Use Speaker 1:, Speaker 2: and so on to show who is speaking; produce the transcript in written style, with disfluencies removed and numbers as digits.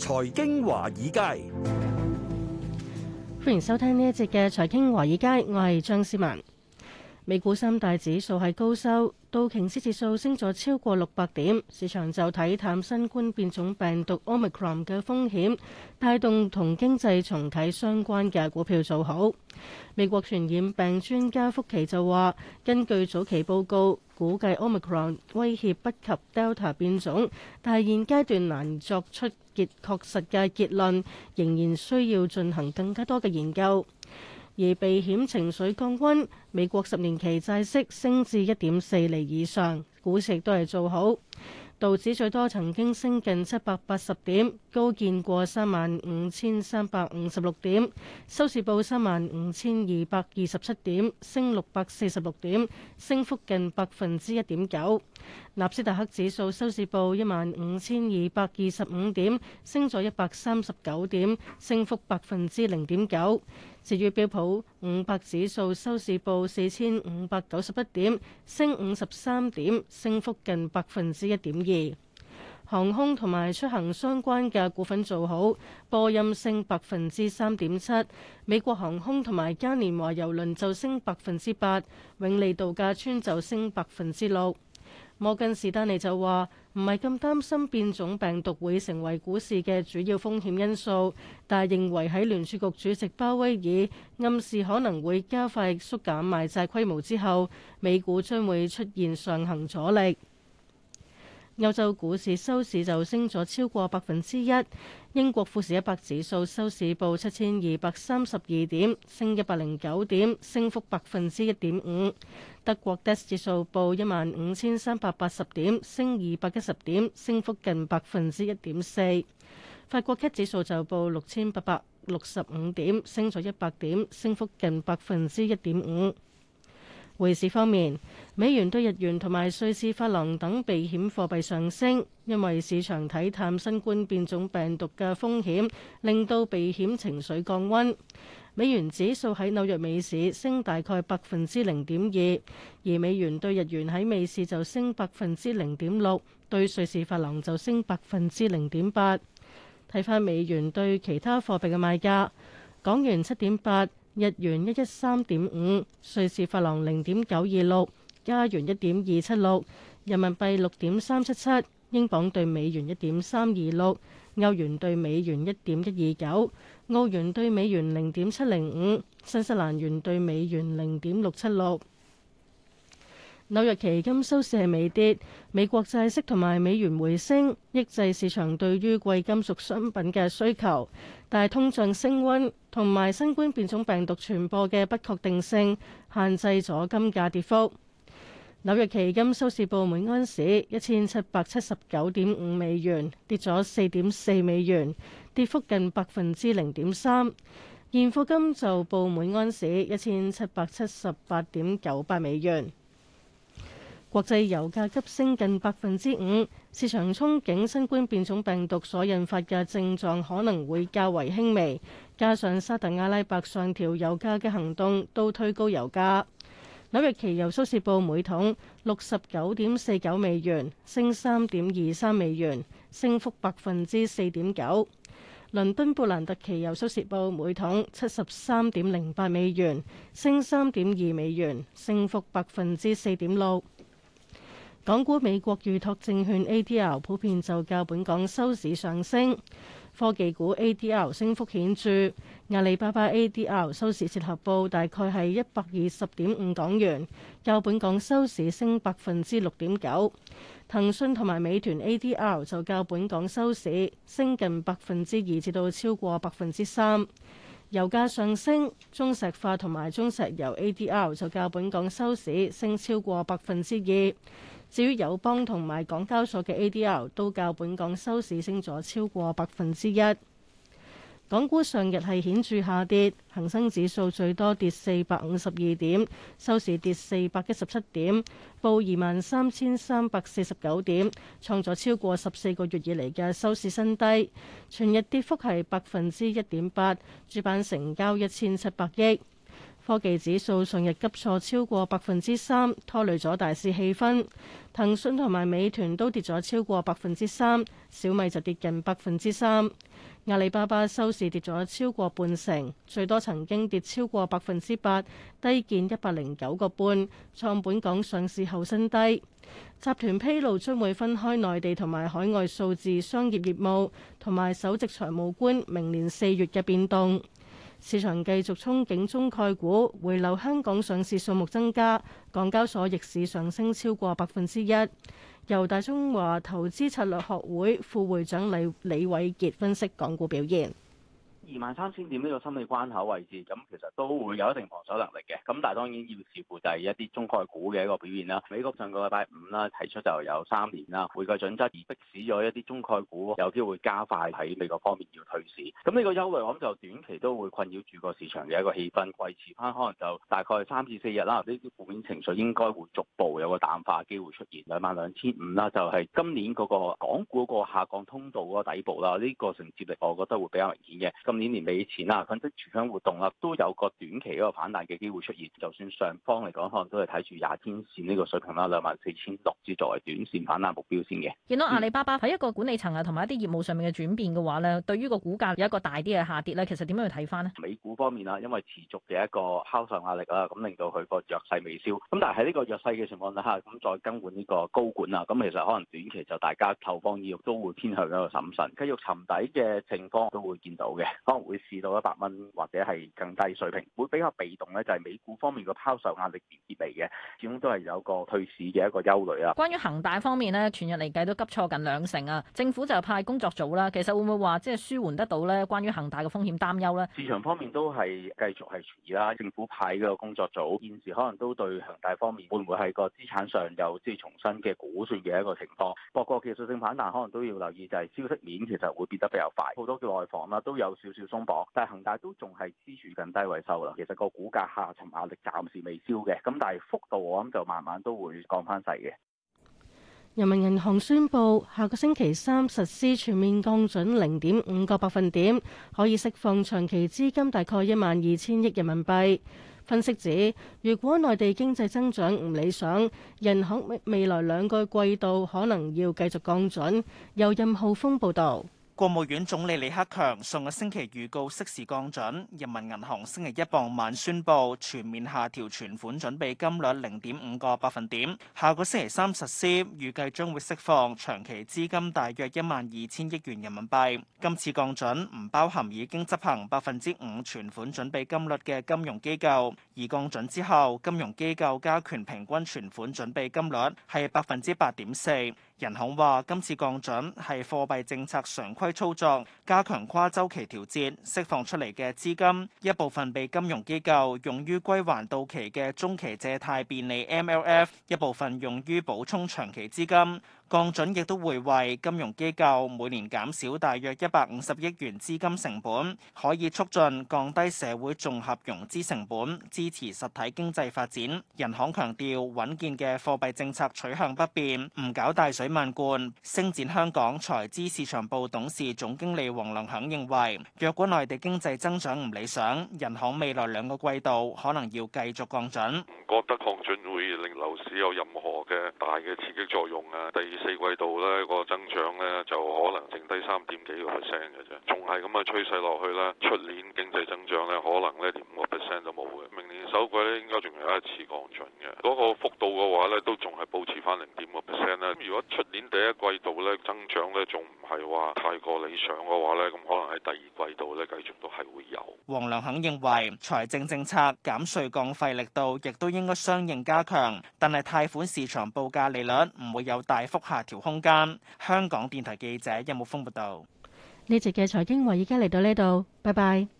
Speaker 1: 財經華爾街，
Speaker 2: 歡迎收聽呢一節嘅財經華爾街，我係張思文。美股三大指數係高收，道瓊斯指數升咗超過600點，市場就睇淡新冠變種病毒 Omicron 嘅風險，帶動同經濟重啟相關嘅股票做好。美國傳染病專家福奇就話，根據早期報告，估計 Omicron 威脅不及 Delta 變種，但係現階段難作出確實嘅結論，仍然需要進行更加多嘅研究。而避險情緒降溫，美國10年期債息升至1.4厘以上，股市亦都係做好。道指最多曾經升近780點，高見過35,356點，收市報35,227點，升646點，升幅近1.9%。納斯達克指數收市報15,225點，升咗139點，升幅0.9%。至於標普500指數收市報4,591點，升53點，升幅近1.2%。航空同埋出行相關嘅股份做好，波音升3.7%，美國航空同埋嘉年華郵輪就升8%，永利度假村就升6%。摩根士丹利就話唔係咁擔心變種病毒會成為股市嘅主要風險因素，但係認為喺聯儲局主席鮑威爾暗示可能會加快縮減買債規模之後，美股將會出現上行阻力。歐洲股市收市就升咗超過1%，英國富時100指數收市報7,232點，升109點，升幅1.5%。德國 DAX 指數報15,380點，升210點，升幅近1.4%。法國 CAC 指數就報6,865點，升咗100點，升幅近1.5%。匯市方面，美元對日元同埋瑞士法郎等避險貨幣上升，因為市場睇淡新冠變種病毒嘅風險，令到避險情緒降溫。美元指數喺紐約美市升大概0.2%，而美元對日元喺美市就升0.6%，對瑞士法郎就升0.8%。睇返美元對其他貨幣嘅賣價，港元7.8。日元113.5，瑞士法郎0.926，加元1.276，人民幣6.377，英鎊對美元1.326，歐元對美元1.129，澳元對美元0.705，新西蘭元對美元0.676。紐約期金收市係微跌，美國債息同埋美元回升，抑制市場對於貴金屬商品嘅需求，但係通脹升溫同埋新冠變種病毒傳播嘅不確定性，限制咗金價跌幅。紐約期金收市報每安士1779.5美元，跌咗4.4美元，跌幅近0.3%。現貨金就報每安士1778.98美元。國際油價急升近5%，市場憧憬新冠變種病毒所引發嘅症狀可能會較為輕微，加上沙特阿拉伯上調油價嘅行動都推高油價。紐約期油收市報每桶69.49美元，升3.23美元，升幅4.9%。倫敦布蘭特期油收市報每桶73.08美元，升3.2美元，升幅4.6%。港股美國預託證券 ADR 普遍就較本港收市上升，科技股 ADR 升幅顯著，阿里巴巴 ADR 收市折合報大概係120.5港元，較本港收市升6.9%。騰訊同埋美團 ADR 就較本港收市升近2%至到超過3%。油價上升，中石化同埋中石油 ADR 就較本港收市升超過2%。至於友邦同埋港交所嘅 ADR 都較本港收市升咗超過1%。港股上日係顯著下跌，恒生指數最多跌452點，收市跌417點，報23,349點，創咗超過14個月以嚟嘅收市新低。全日跌幅係1.8%，主板成交1700億。 科技指數上日急挫超過3%，拖累咗大市氣氛。騰訊同埋美團都跌咗超過3%，小米就跌近3%。阿里巴巴收市跌咗超過半成，最多曾經跌超過8%，低見109個半，創本港上市後新低。集團披露將會分開內地同埋海外數字商業業務，同埋首席財務官明年4月嘅變動。市場繼續憧憬中概股回流香港上市數目增加，港交所逆市上升超過1%。由大中華投資策略學會副會長李偉傑分析港股表現。
Speaker 1: 23,000點呢個心理關口位置，咁其實都會有一定防守能力嘅。咁但係當然要視乎就係一啲中概股嘅一個表現啦。美國上個禮拜五啦提出就有3年啦會計準則，而迫使咗一啲中概股有機會加快喺美國方面要退市。咁呢個憂慮我諗就短期都會困擾住個市場嘅一個氣氛，維持翻可能就大概3至4日啦。呢啲負面情緒應該會逐步有個淡化機會出現。22,500啦，就係今年嗰個港股個下降通道嗰個底部啦。呢個承接力我覺得會比較明顯嘅。今年尾前啦，粉飾櫥窗活動啦，都有個短期嗰個反彈嘅機會出現。就算上方嚟講，可能都係睇住20天線呢個水平啦，24,600至作為短線反彈目標先嘅。
Speaker 3: 見到阿里巴巴喺一個管理層啊，同埋一啲業務上面嘅轉變嘅話咧，對於個股價有一個大啲嘅下跌咧，其實點樣去睇翻呢？
Speaker 1: 美股方面啦，因為持續嘅一個拋售壓力啦，咁令到佢個弱勢未消。咁但係喺呢個弱勢嘅情況底下，咁再更換呢個高管啊，咁其實可能短期就大家投放意欲都會偏向一個審慎，繼續沉底嘅情況都會見到嘅，可能會試到100蚊或者係更低水平，會比較被動咧，就係美股方面個拋售壓力而嚟嘅，始終都係有個退市嘅一個憂慮啊。
Speaker 3: 關於恒大方面呢，全日嚟計都急挫近2成啊，政府就派工作組啦，其實會唔會話即係舒緩得到咧？關於恒大嘅風險擔憂咧？
Speaker 1: 市場方面都係繼續係存疑啦，政府派嘅個工作組現時可能都對恒大方面會唔會係個資產上有即係重新嘅估算嘅一個情況。不過技術性反彈可能都要留意，就係消息面其實會變得比較快，好多嘅內房啦都有少少鬆綁，但係恒大都仲係支住緊低位收啦。其實個股價下沉壓力暫時未消嘅，咁但係幅度我諗就慢慢都會降翻細嘅。
Speaker 2: 人民銀行宣布，下個星期三實施全面降準0.5個百分點，可以釋放長期資金大概12,000億人民幣。分析指，如果內地經濟增長唔理想，人行未來2個季度可能要繼續降準。由任浩峰報導。
Speaker 4: 國務院總理李克強上個星期預告適時降準，人民銀行星期一傍晚宣布全面下調存款準備金率0.5個百分點，下個星期三實施，預計將會釋放長期資金大約12,000億元人民幣。今次降準唔包含已經執行5%存款準備金率嘅金融機構，而降準之後，金融機構加權平均存款準備金率係8.4%。人行話今次降準係貨幣政策常規操作，加強跨週期調節，釋放出嚟嘅資金一部分被金融機構用於歸還到期嘅中期借貸便利 MLF， 一部分用於補充長期資金。降準亦都會為金融機構每年減少大約150億元資金成本，可以促進降低社會綜合融資成本，支持實體經濟發展。人行強調穩健嘅貨幣政策取向不變，唔搞大水漫灌。星展香港財資市場部董事總經理黃良響認為，若果內地經濟增長唔理想，人行未來2個季度可能要繼續降準。
Speaker 5: 唔覺得降準會令樓市有任何嘅大嘅刺激作用啊！第4季度咧個增長咧就可能剩低3點幾個 percent 嘅啫，仲係咁嘅趨勢落去啦。出年經濟增長咧可能咧連5個 percent 都冇嘅。明年首季咧應該仲有一次降準嘅，嗰個幅度嘅話咧都仲係保持翻0.5% 啦。如果出年第1季度咧增長咧仲唔係話太過理想嘅話咧，咁可能喺第2季度咧繼續都係會有。
Speaker 4: 黃良肯認為財政政策減稅降費力度亦都應該相應加強，但係貸款市場報價利率唔會有大幅下調空間。香港電台記者任木峰報道。
Speaker 2: 呢節嘅財經話而家嚟到呢度，拜拜。